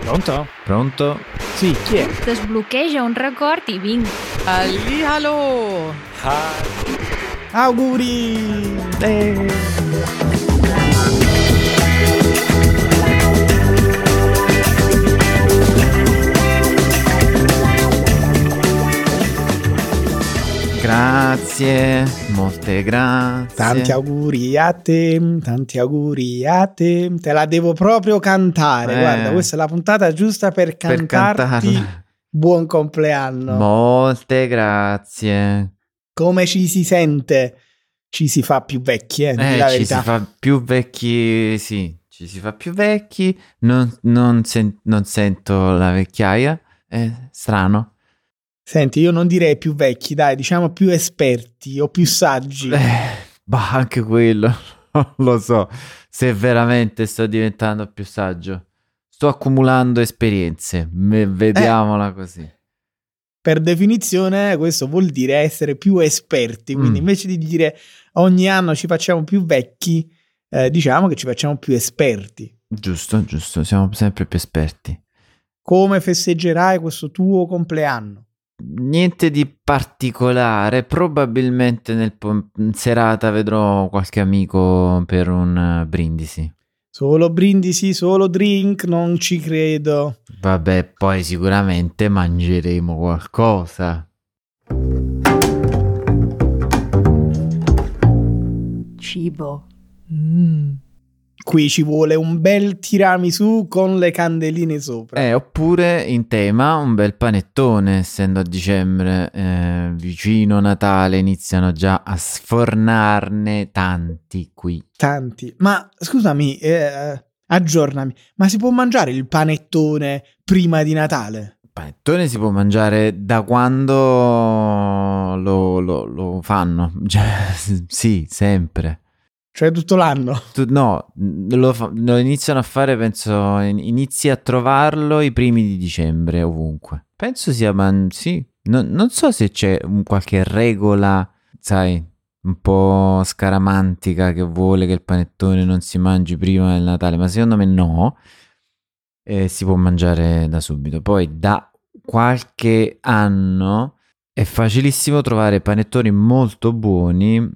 Pronto? Pronto? Sì, chi è? Sbloccheggia un record i vinc. Hallihallo! Auguri! Grazie, molte grazie. Tanti auguri a te, tanti auguri a te. Te la devo proprio cantare. Guarda, questa è la puntata giusta per cantarti. Buon compleanno. Molte grazie. Come ci si sente? Ci si fa più vecchi, la ci verità. si fa più vecchi, sì. Ci si fa più vecchi. Non sento la vecchiaia. È strano. Senti, io non direi più vecchi, dai, diciamo più esperti o più saggi. Anche quello. Non lo so se veramente sto diventando più saggio. Sto accumulando esperienze. Vediamola così. Per definizione questo vuol dire essere più esperti, quindi invece di dire ogni anno ci facciamo più vecchi, diciamo che ci facciamo più esperti. Giusto, siamo sempre più esperti. Come festeggerai questo tuo compleanno? Niente di particolare, probabilmente in serata vedrò qualche amico per un brindisi. Solo brindisi, solo drink, non ci credo. Vabbè, poi sicuramente mangeremo qualcosa. Cibo. Qui ci vuole un bel tiramisù con le candeline sopra. Oppure in tema un bel panettone, essendo a dicembre, vicino Natale, iniziano già a sfornarne tanti qui. Tanti. Ma scusami, aggiornami, ma si può mangiare il panettone prima di Natale? Il panettone si può mangiare da quando lo fanno. Sì, sempre. Cioè tutto l'anno? No, lo iniziano a fare, penso, inizi a trovarlo i primi di dicembre ovunque. Penso sia, sì, non so se c'è qualche regola, sai, un po' scaramantica che vuole che il panettone non si mangi prima del Natale, ma secondo me no, si può mangiare da subito. Poi da qualche anno è facilissimo trovare panettoni molto buoni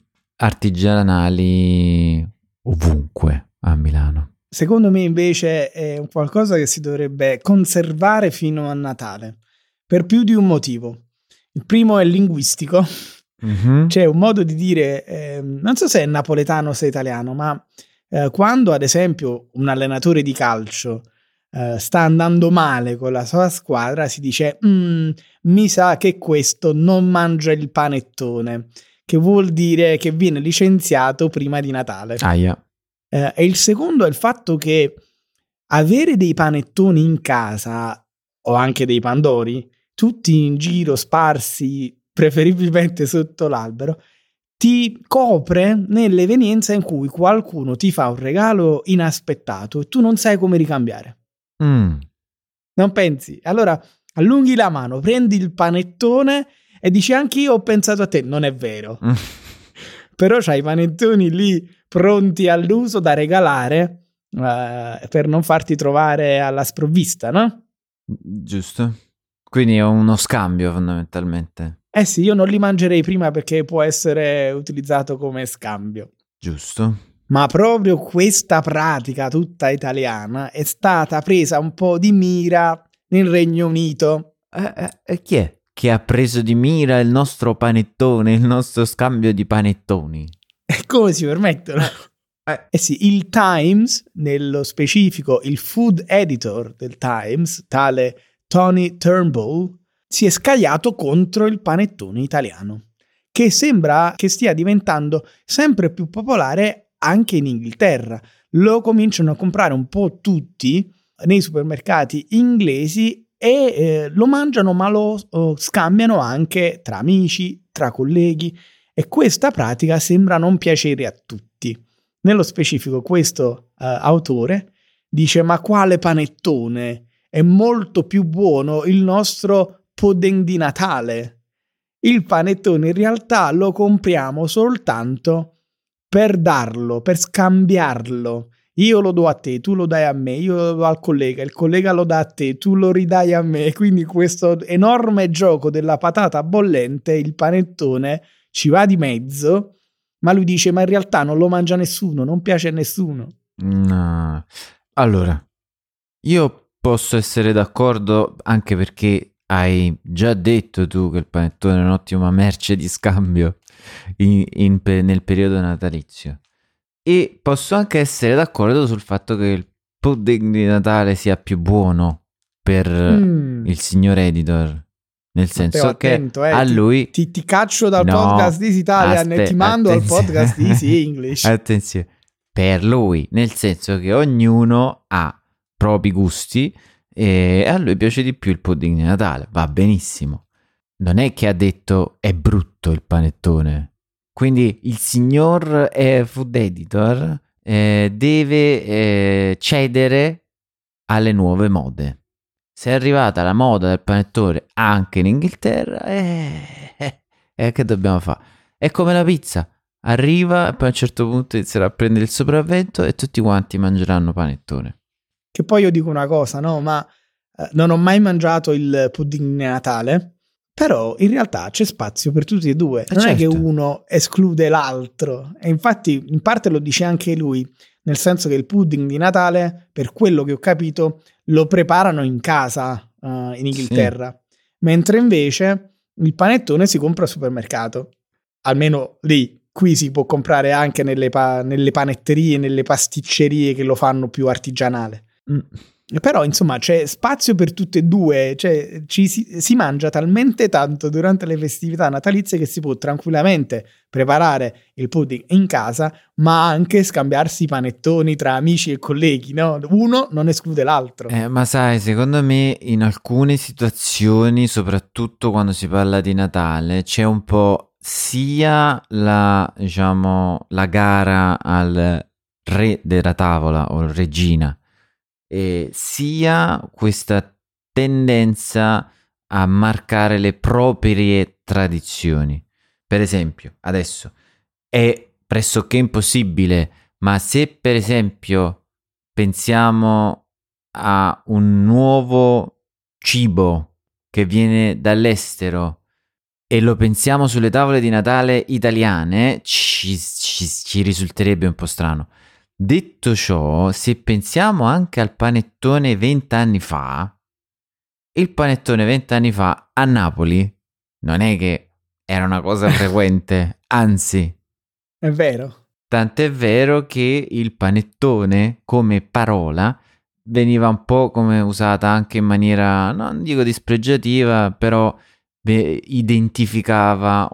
artigianali ovunque a Milano. Secondo me invece è un qualcosa che si dovrebbe conservare fino a Natale, per più di un motivo. Il primo è linguistico. C'è un modo di dire, non so se è napoletano o se è italiano, ma quando ad esempio un allenatore di calcio sta andando male con la sua squadra, si dice mi sa che questo non mangia il panettone, che vuol dire che viene licenziato prima di Natale. E il secondo è il fatto che avere dei panettoni in casa o anche dei pandori, tutti in giro sparsi, preferibilmente sotto l'albero, ti copre nell'evenienza in cui qualcuno ti fa un regalo inaspettato e tu non sai come ricambiare. Non pensi? Allora allunghi la mano, prendi il panettone e dici anche io ho pensato a te. Non è vero. Però c'hai i panettoni lì pronti all'uso da regalare per non farti trovare alla sprovvista, no? Giusto. Quindi è uno scambio fondamentalmente. Sì, io non li mangerei prima perché può essere utilizzato come scambio. Giusto. Ma proprio questa pratica tutta italiana è stata presa un po' di mira nel Regno Unito. E chi è che ha preso di mira il nostro panettone, il nostro scambio di panettoni? E come si permettono? Sì, il Times, nello specifico il food editor del Times, tale Tony Turnbull, si è scagliato contro il panettone italiano, che sembra che stia diventando sempre più popolare anche in Inghilterra. Lo cominciano a comprare un po' tutti nei supermercati inglesi e lo mangiano, ma lo scambiano anche tra amici, tra colleghi, e questa pratica sembra non piacere a tutti. Nello specifico questo autore dice: ma quale panettone? È molto più buono il nostro pudding di Natale. Il panettone in realtà lo compriamo soltanto per darlo, per scambiarlo io lo do a te, tu lo dai a me, io lo do al collega, il collega lo dà a te, tu lo ridai a me. Quindi questo enorme gioco della patata bollente, il panettone ci va di mezzo, ma lui dice: ma in realtà non lo mangia nessuno, non piace a nessuno. No. Allora, io posso essere d'accordo, anche perché hai già detto tu che il panettone è un'ottima merce di scambio nel periodo natalizio. E posso anche essere d'accordo sul fatto che il pudding di Natale sia più buono per il signor editor. Nel senso attento, che a lui... Ti caccio dal podcast di Easy Italian e ti mando al podcast di Easy English. Attenzione. Per lui, nel senso che ognuno ha propri gusti e a lui piace di più il pudding di Natale. Va benissimo. Non è che ha detto è brutto il panettone. Quindi il signor food editor deve cedere alle nuove mode. Se è arrivata la moda del panettone anche in Inghilterra, che dobbiamo fare? È come la pizza. Arriva e poi a un certo punto inizierà a prendere il sopravvento e tutti quanti mangeranno panettone. Che poi io dico una cosa, no? Ma non ho mai mangiato il pudding di Natale. Però in realtà c'è spazio per tutti e due, non è che uno esclude l'altro, e infatti in parte lo dice anche lui, nel senso che il pudding di Natale, per quello che ho capito, lo preparano in casa in Inghilterra, mentre invece il panettone si compra al supermercato, almeno lì. Qui si può comprare anche nelle panetterie, nelle pasticcerie che lo fanno più artigianale. Però insomma c'è spazio per tutte e due, cioè si mangia talmente tanto durante le festività natalizie che si può tranquillamente preparare il pudding in casa, ma anche scambiarsi i panettoni tra amici e colleghi, no? Uno non esclude l'altro. Ma sai, secondo me in alcune situazioni, soprattutto quando si parla di Natale, c'è un po' sia la gara al re della tavola o regina, sia questa tendenza a marcare le proprie tradizioni. Per esempio, adesso è pressoché impossibile, ma se per esempio pensiamo a un nuovo cibo che viene dall'estero e lo pensiamo sulle tavole di Natale italiane, ci risulterebbe un po' strano. Detto ciò, se pensiamo anche al panettone 20 anni fa, il panettone 20 anni fa a Napoli non è che era una cosa frequente, anzi. È vero. Tant'è vero che il panettone come parola veniva un po' come usata anche in maniera, non dico dispregiativa, però identificava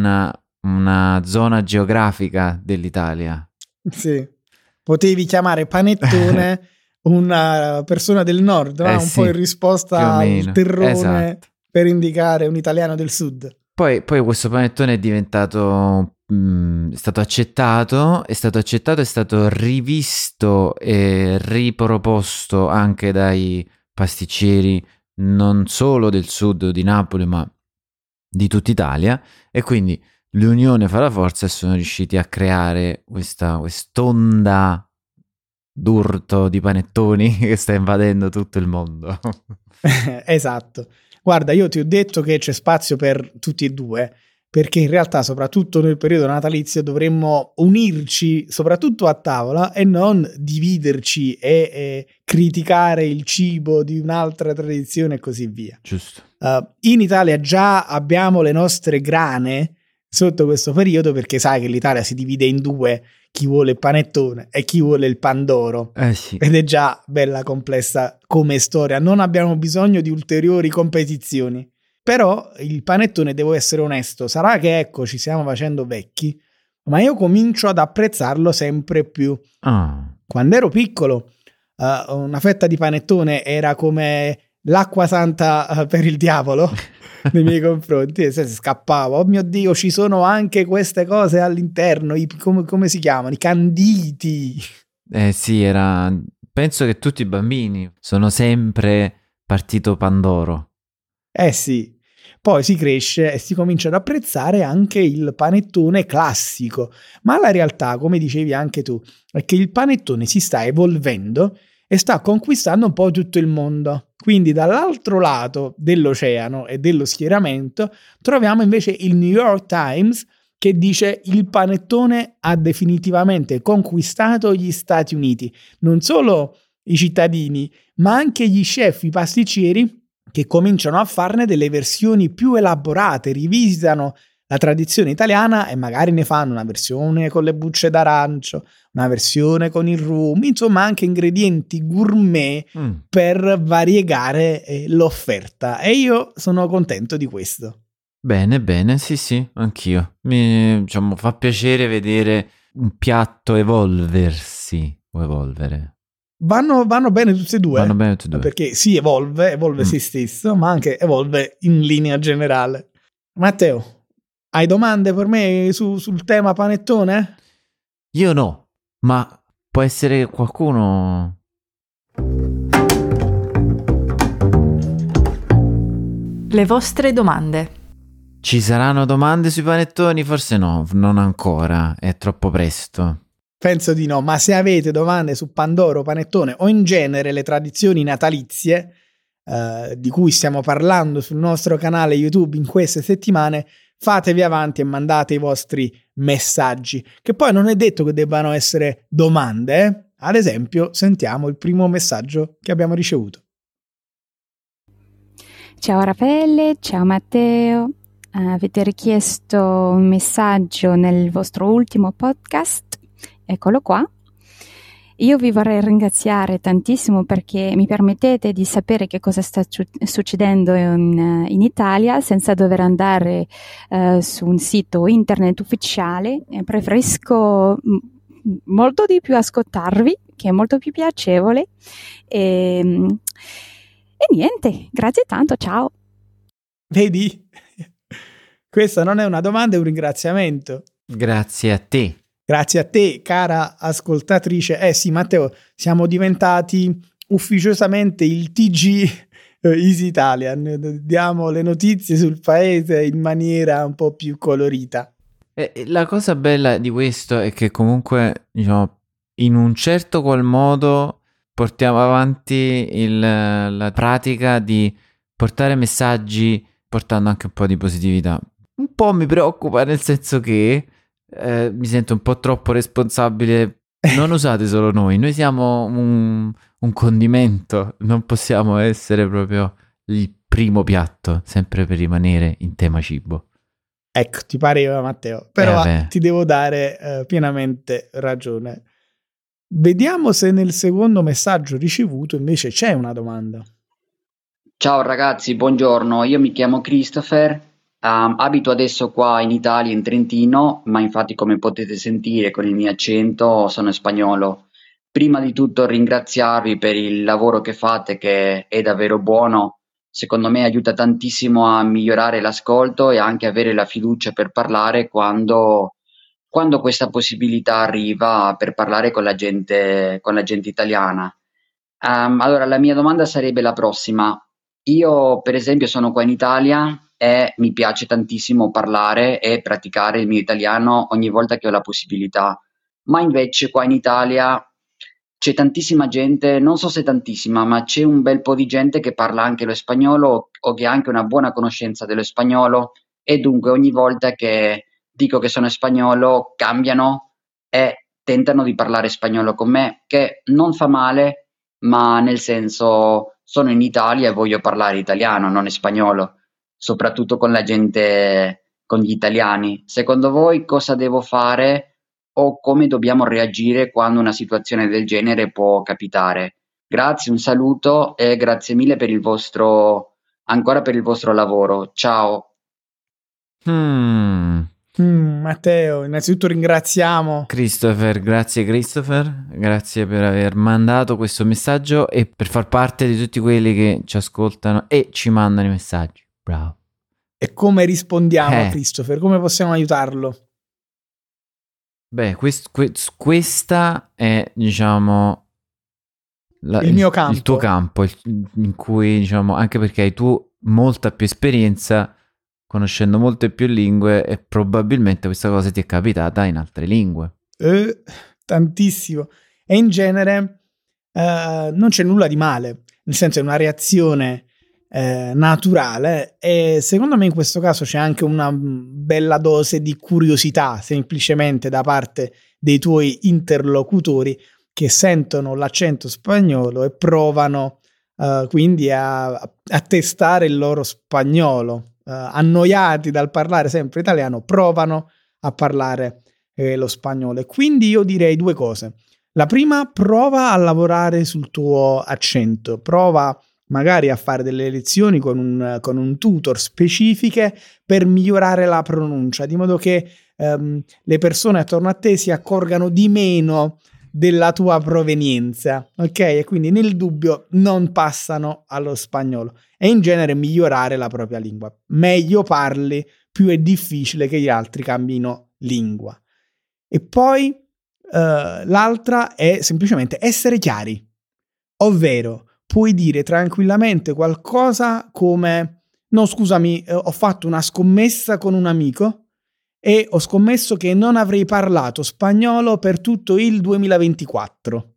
una zona geografica dell'Italia. Sì. Potevi chiamare panettone una persona del nord, no? Un po' in risposta al terrone, per indicare un italiano del sud. Poi questo panettone è diventato, è stato accettato, è stato rivisto e riproposto anche dai pasticceri non solo del sud o di Napoli, ma di tutta Italia, e quindi l'unione fa la forza e sono riusciti a creare quest'onda d'urto di panettoni che sta invadendo tutto il mondo. Esatto. Guarda, io ti ho detto che c'è spazio per tutti e due, perché in realtà soprattutto nel periodo natalizio dovremmo unirci soprattutto a tavola e non dividerci e criticare il cibo di un'altra tradizione e così via. Giusto. In Italia già abbiamo le nostre grane sotto questo periodo, perché sai che l'Italia si divide in due, chi vuole il panettone e chi vuole il pandoro. Sì. Ed è già bella complessa come storia, non abbiamo bisogno di ulteriori competizioni. Però il panettone, devo essere onesto, sarà che ecco ci stiamo facendo vecchi, ma io comincio ad apprezzarlo sempre più. Quando ero piccolo una fetta di panettone era come l'acqua santa per il diavolo nei miei confronti, e se scappavo, oh mio Dio, ci sono anche queste cose all'interno, come si chiamano? I canditi. Sì, penso che tutti i bambini sono sempre partito pandoro. Sì. poi si cresce e si comincia ad apprezzare anche il panettone classico. Ma la realtà, come dicevi anche tu, è che il panettone si sta evolvendo e sta conquistando un po' tutto il mondo. Quindi dall'altro lato dell'oceano e dello schieramento troviamo invece il New York Times che dice: il panettone ha definitivamente conquistato gli Stati Uniti. Non solo i cittadini, ma anche gli chef, i pasticceri, che cominciano a farne delle versioni più elaborate, rivisitano la tradizione italiana e magari ne fanno una versione con le bucce d'arancio, una versione con il rum, insomma anche ingredienti gourmet per variegare l'offerta, e io sono contento di questo. Bene, sì, anch'io. Mi fa piacere vedere un piatto evolversi o evolvere. Vanno bene tutte e due. Vanno bene tutte e due. Perché si evolve se stesso, ma anche evolve in linea generale. Matteo, hai domande per me sul tema panettone? Io no, ma può essere qualcuno. Le vostre domande. Ci saranno domande sui panettoni? Forse no, non ancora, è troppo presto. Penso di no, ma se avete domande su Pandoro, panettone o in genere le tradizioni natalizie di cui stiamo parlando sul nostro canale YouTube in queste settimane, fatevi avanti e mandate i vostri messaggi, che poi non è detto che debbano essere domande. Ad esempio, sentiamo il primo messaggio che abbiamo ricevuto. Ciao Raffaele, ciao Matteo. Avete richiesto un messaggio nel vostro ultimo podcast. Eccolo qua. Io vi vorrei ringraziare tantissimo perché mi permettete di sapere che cosa sta succedendo in Italia senza dover andare su un sito internet ufficiale. Preferisco molto di più ascoltarvi, che è molto più piacevole. E niente, grazie tanto, ciao. Vedi? Questa non è una domanda, è un ringraziamento. Grazie a te. Grazie a te, cara ascoltatrice. Sì, Matteo, siamo diventati ufficiosamente il TG Easy Italian. Diamo le notizie sul paese in maniera un po' più colorita. La cosa bella di questo è che comunque, in un certo qual modo portiamo avanti la pratica di portare messaggi portando anche un po' di positività. Un po' mi preoccupa, nel senso che mi sento un po' troppo responsabile. Non usate solo noi siamo un condimento, non possiamo essere proprio il primo piatto, sempre per rimanere in tema cibo. Ecco, ti pareva, Matteo, però ti devo dare pienamente ragione. Vediamo se nel secondo messaggio ricevuto invece c'è una domanda. Ciao ragazzi, buongiorno, io mi chiamo Christopher. Abito adesso qua in Italia, in Trentino, ma infatti come potete sentire con il mio accento sono spagnolo. Prima di tutto ringraziarvi per il lavoro che fate, che è davvero buono. Secondo me aiuta tantissimo a migliorare l'ascolto e anche avere la fiducia per parlare quando questa possibilità arriva per parlare con la gente italiana. Allora, la mia domanda sarebbe la prossima. Io, per esempio, sono qua in Italia e mi piace tantissimo parlare e praticare il mio italiano ogni volta che ho la possibilità, ma invece qua in Italia c'è tantissima gente, non so se tantissima, ma c'è un bel po' di gente che parla anche lo spagnolo o che ha anche una buona conoscenza dello spagnolo, e dunque ogni volta che dico che sono spagnolo cambiano e tentano di parlare spagnolo con me, che non fa male, ma nel senso sono in Italia e voglio parlare italiano, non spagnolo, soprattutto con la gente, con gli italiani. Secondo voi cosa devo fare o come dobbiamo reagire quando una situazione del genere può capitare? Grazie, un saluto e grazie mille per il vostro lavoro. Ciao. Matteo, innanzitutto ringraziamo Christopher, grazie per aver mandato questo messaggio e per far parte di tutti quelli che ci ascoltano e ci mandano i messaggi. Bravo. E come rispondiamo a Christopher? Come possiamo aiutarlo? Beh, questa è, diciamo, il mio campo. Il tuo campo, in cui, diciamo, anche perché hai tu molta più esperienza, conoscendo molte più lingue, e probabilmente questa cosa ti è capitata in altre lingue. Tantissimo. E in genere non c'è nulla di male, nel senso è una reazione naturale, e secondo me in questo caso c'è anche una bella dose di curiosità semplicemente da parte dei tuoi interlocutori, che sentono l'accento spagnolo e provano quindi a testare il loro spagnolo, annoiati dal parlare sempre italiano, provano a parlare lo spagnolo. E quindi io direi due cose. La prima, prova a lavorare sul tuo accento, prova magari a fare delle lezioni con un tutor specifiche per migliorare la pronuncia, di modo che le persone attorno a te si accorgano di meno della tua provenienza, ok? E quindi nel dubbio non passano allo spagnolo. E in genere migliorare la propria lingua. Meglio parli, più è difficile che gli altri cambino lingua. E poi l'altra è semplicemente essere chiari, ovvero puoi dire tranquillamente qualcosa come: no, scusami, ho fatto una scommessa con un amico e ho scommesso che non avrei parlato spagnolo per tutto il 2024.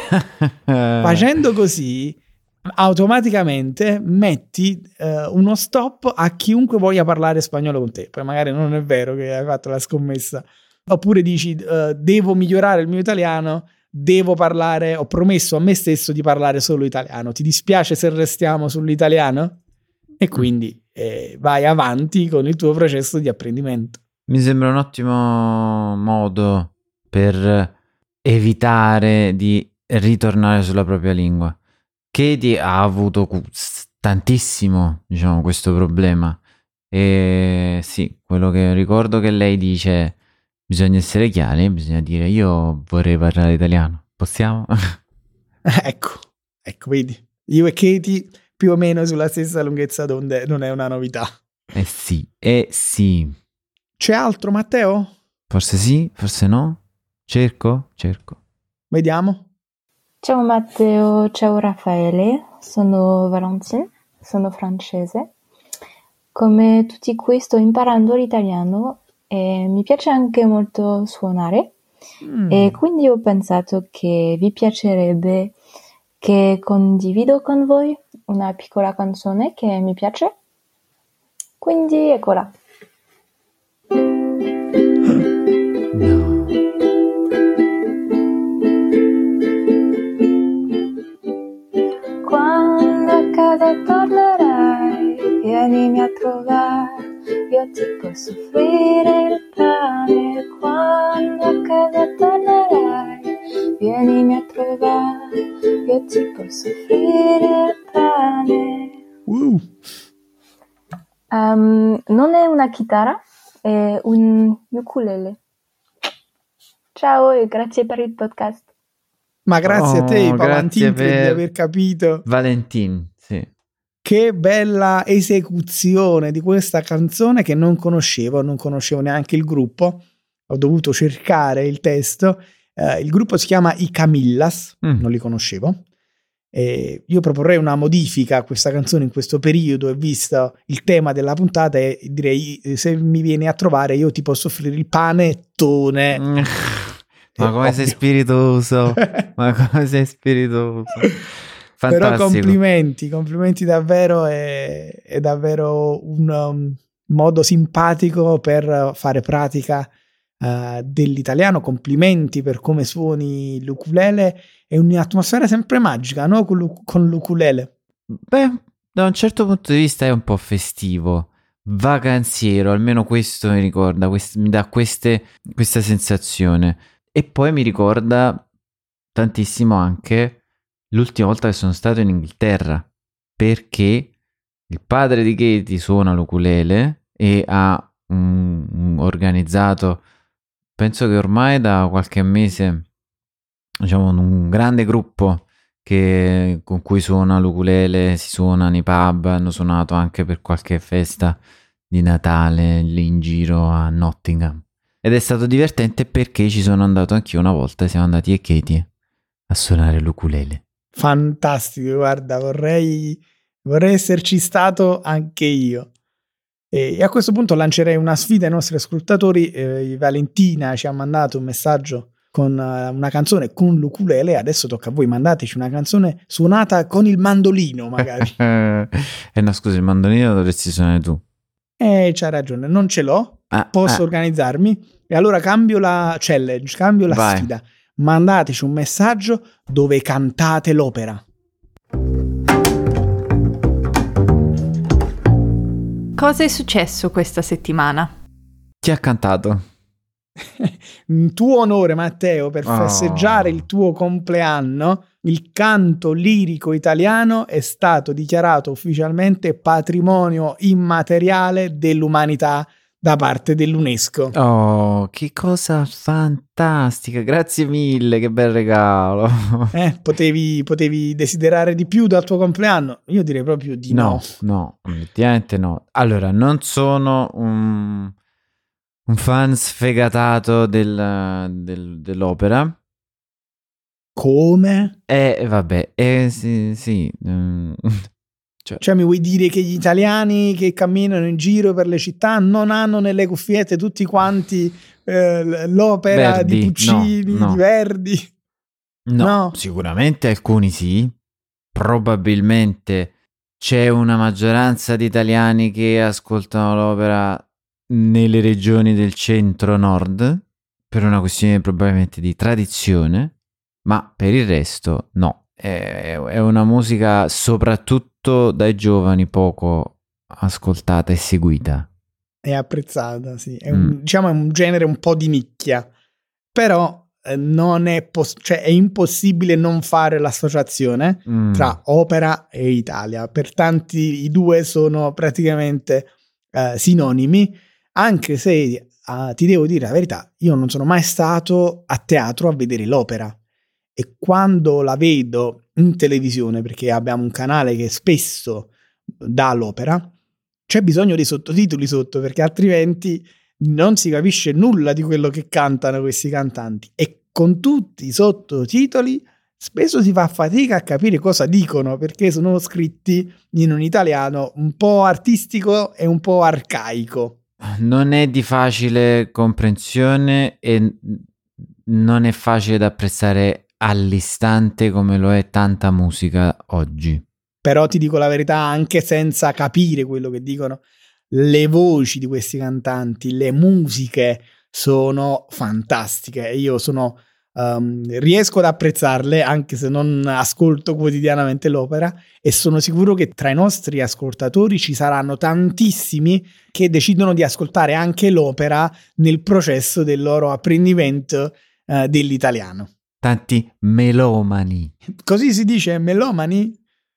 Facendo così automaticamente metti uno stop a chiunque voglia parlare spagnolo con te. Poi magari non è vero che hai fatto la scommessa. Oppure dici devo migliorare il mio italiano, devo parlare, ho promesso a me stesso di parlare solo italiano, ti dispiace se restiamo sull'italiano? E quindi vai avanti con il tuo processo di apprendimento. Mi sembra un ottimo modo per evitare di ritornare sulla propria lingua. Katie ha avuto tantissimo, diciamo, questo problema. E sì, quello che ricordo che lei dice: bisogna essere chiari, bisogna dire io vorrei parlare italiano, possiamo? Ecco, vedi, io e Katie più o meno sulla stessa lunghezza d'onde, non è una novità. Sì. C'è altro, Matteo? Forse sì, forse no. Cerco. Vediamo. Ciao Matteo, ciao Raffaele, sono Valentine, sono francese. Come tutti qui sto imparando l'italiano e mi piace anche molto suonare e quindi ho pensato che vi piacerebbe che condivido con voi una piccola canzone che mi piace. Quindi eccola. No. Quando a casa tornerai, vienimi a trovare, io ti posso offrire il pane. Quando a casa tornerai, vienimi a trovare, io ti posso offrire il pane. Non è una chitarra, è un ukulele. Ciao e grazie per il podcast. Ma grazie a te, Valentin, per aver capito. Valentin, sì. Che bella esecuzione di questa canzone che non conoscevo neanche il gruppo. Ho dovuto cercare il testo. Il gruppo si chiama I Camillas, non li conoscevo. Io proporrei una modifica a questa canzone in questo periodo, e visto il tema della puntata, direi: se mi vieni a trovare io ti posso offrire il panettone. Ma come sei spiritoso. Fantastico. Però complimenti davvero, è davvero un modo simpatico per fare pratica dell'italiano. Complimenti per come suoni l'ukulele, è un'atmosfera sempre magica, no? Con l'ukulele. Beh, da un certo punto di vista è un po' festivo, vacanziero, almeno questo mi ricorda, mi dà questa sensazione. E poi mi ricorda tantissimo anche l'ultima volta che sono stato in Inghilterra, perché il padre di Katie suona l'ukulele e ha organizzato, penso che ormai da qualche mese, diciamo, un grande gruppo con cui suona l'ukulele, si suona nei pub, hanno suonato anche per qualche festa di Natale lì in giro a Nottingham. Ed è stato divertente perché ci sono andato anch'io una volta, siamo andati e Katie a suonare l'ukulele. Fantastico, guarda, vorrei esserci stato anche io. E a questo punto lancerei una sfida ai nostri ascoltatori. Valentina ci ha mandato un messaggio con una canzone con l'ukulele, adesso tocca a voi, mandateci una canzone suonata con il mandolino magari. No, scusa, il mandolino dovresti suonare tu. C'hai ragione, non ce l'ho, posso organizzarmi, e allora cambio la challenge, cambio la sfida, mandateci un messaggio dove cantate l'opera. Cosa è successo questa settimana? Chi ha cantato? In tuo onore, Matteo, per festeggiare il tuo compleanno, il canto lirico italiano è stato dichiarato ufficialmente patrimonio immateriale dell'umanità da parte dell'UNESCO. Oh, che cosa fantastica, grazie mille, che bel regalo. Potevi desiderare di più dal tuo compleanno? Io direi proprio di no. No, effettivamente no. Allora, non sono un fan sfegatato dell'opera. Come? Vabbè, sì. Cioè mi vuoi dire che gli italiani che camminano in giro per le città non hanno nelle cuffiette tutti quanti l'opera Verdi, di Puccini, no. di Verdi? No, sicuramente alcuni sì. Probabilmente c'è una maggioranza di italiani che ascoltano l'opera nelle regioni del centro-nord per una questione probabilmente di tradizione, ma per il resto no. È una musica soprattutto dai giovani poco ascoltata e seguita. È apprezzata, sì. È un genere un po' di nicchia, però non è è impossibile non fare l'associazione tra opera e Italia. Per tanti i due sono praticamente sinonimi, anche se ti devo dire la verità, io non sono mai stato a teatro a vedere l'opera. E quando la vedo in televisione, perché abbiamo un canale che spesso dà l'opera, c'è bisogno dei sottotitoli sotto, perché altrimenti non si capisce nulla di quello che cantano questi cantanti. E con tutti i sottotitoli spesso si fa fatica a capire cosa dicono, perché sono scritti in un italiano un po' artistico e un po' arcaico. Non è di facile comprensione e non è facile da apprezzare all'istante come lo è tanta musica oggi. Però ti dico la verità, anche senza capire quello che dicono, le voci di questi cantanti, le musiche sono fantastiche. Io riesco ad apprezzarle anche se non ascolto quotidianamente l'opera, e sono sicuro che tra i nostri ascoltatori ci saranno tantissimi che decidono di ascoltare anche l'opera nel processo del loro apprendimento dell'italiano. Tanti melomani. Così si dice, melomani?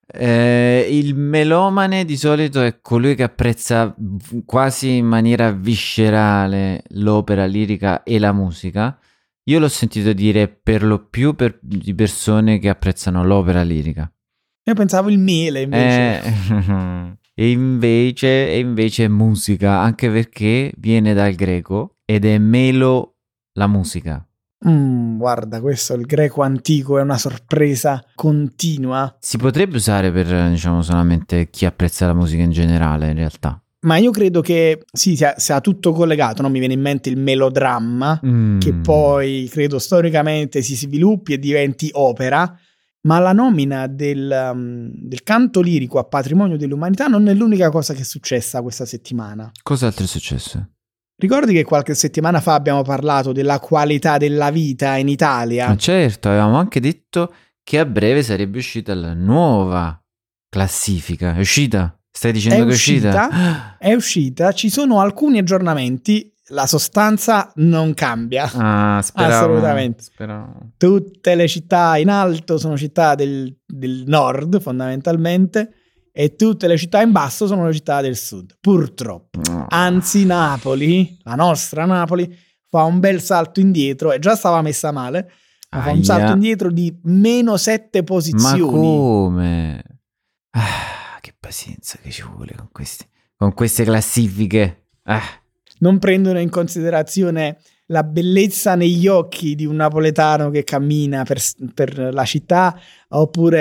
Il melomane di solito è colui che apprezza quasi in maniera viscerale l'opera lirica e la musica. Io l'ho sentito dire per lo più di persone che apprezzano l'opera lirica. Io pensavo il miele invece. E invece è musica, anche perché viene dal greco ed è melo la musica. Guarda, questo, il greco antico, è una sorpresa continua. Si potrebbe usare per, diciamo, solamente chi apprezza la musica in generale, in realtà. Ma io credo che sì, sia tutto collegato, no? Mi viene in mente il melodramma, che poi credo storicamente si sviluppi e diventi opera, ma la nomina del canto lirico a patrimonio dell'umanità non è l'unica cosa che è successa questa settimana. Cos'altro è successo? Ricordi che qualche settimana fa abbiamo parlato della qualità della vita in Italia? Ma certo, avevamo anche detto che a breve sarebbe uscita la nuova classifica. È uscita? Stai dicendo che è uscita? È uscita, ci sono alcuni aggiornamenti, la sostanza non cambia. Assolutamente. Speravo. Tutte le città in alto sono città del nord, fondamentalmente, e tutte le città in basso sono le città del sud, purtroppo. Anzi, Napoli, la nostra Napoli, fa un bel salto indietro, e già stava messa male, ma fa un salto indietro di -7 posizioni. Ma come? Che pazienza che ci vuole con queste classifiche. Non prendono in considerazione la bellezza negli occhi di un napoletano che cammina per la città, oppure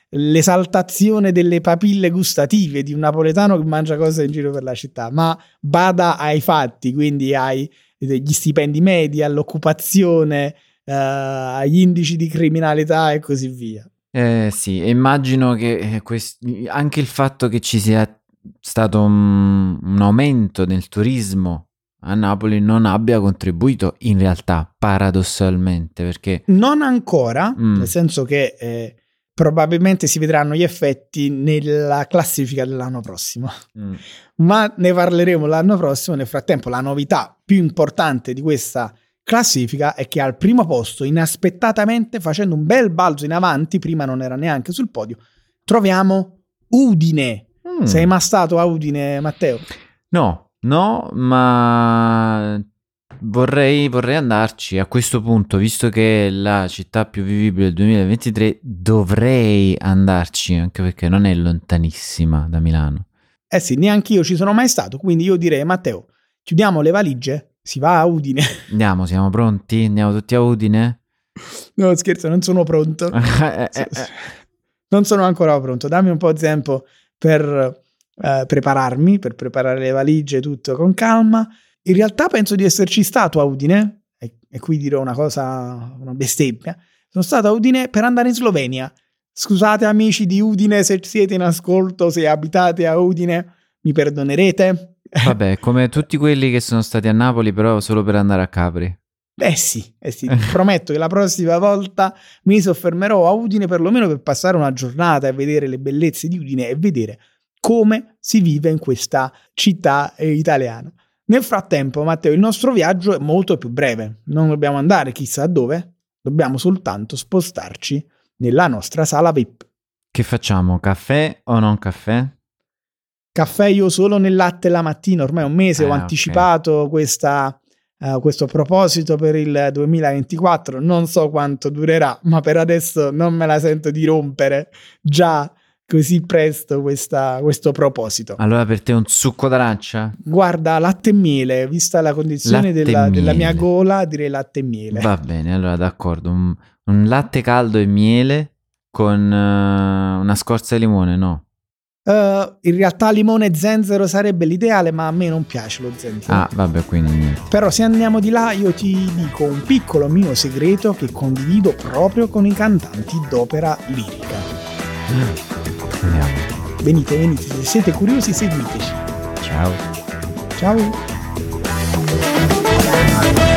l'esaltazione delle papille gustative di un napoletano che mangia cose in giro per la città, ma bada ai fatti, quindi agli stipendi medi, all'occupazione, agli indici di criminalità e così via. Sì, immagino che anche il fatto che ci sia stato un aumento nel turismo a Napoli non abbia contribuito in realtà, paradossalmente, perché non ancora, nel senso che probabilmente si vedranno gli effetti nella classifica dell'anno prossimo, ma ne parleremo l'anno prossimo. Nel frattempo la novità più importante di questa classifica è che al primo posto, inaspettatamente, facendo un bel balzo in avanti, prima non era neanche sul podio, troviamo Udine. Sei mai stato a Udine, Matteo? No, ma vorrei andarci a questo punto, visto che è la città più vivibile del 2023, dovrei andarci, anche perché non è lontanissima da Milano. Sì, neanche io ci sono mai stato, quindi io direi, Matteo, chiudiamo le valigie, si va a Udine. Andiamo, siamo pronti? Andiamo tutti a Udine? No, scherzo, non sono pronto. Non sono ancora pronto, dammi un po' di tempo per prepararmi, per preparare le valigie, tutto con calma. In realtà penso di esserci stato a Udine, e qui dirò una bestemmia. Sono stato a Udine per andare in Slovenia. Scusate amici di Udine se siete in ascolto, se abitate a Udine, mi perdonerete. Vabbè, come tutti quelli che sono stati a Napoli, però solo per andare a Capri. Sì, prometto che la prossima volta mi soffermerò a Udine perlomeno per passare una giornata e vedere le bellezze di Udine e vedere come si vive in questa città italiana. Nel frattempo, Matteo, il nostro viaggio è molto più breve. Non dobbiamo andare chissà dove, dobbiamo soltanto spostarci nella nostra sala VIP. Che facciamo? Caffè o non caffè? Caffè io solo nel latte la mattina, ormai un mese ho anticipato questo proposito per il 2024, non so quanto durerà, ma per adesso non me la sento di rompere già così presto questo proposito. Allora per te un succo d'arancia? Guarda, latte e miele, vista la condizione della mia gola, direi latte e miele. Va bene, allora d'accordo, un latte caldo e miele con una scorza di limone, no? In realtà limone e zenzero sarebbe l'ideale, ma a me non piace lo zenzero. Ah, vabbè, quindi niente. Però se andiamo di là io ti dico un piccolo mio segreto che condivido proprio con i cantanti d'opera lirica. Andiamo. Venite, se siete curiosi seguiteci. Ciao. Ciao.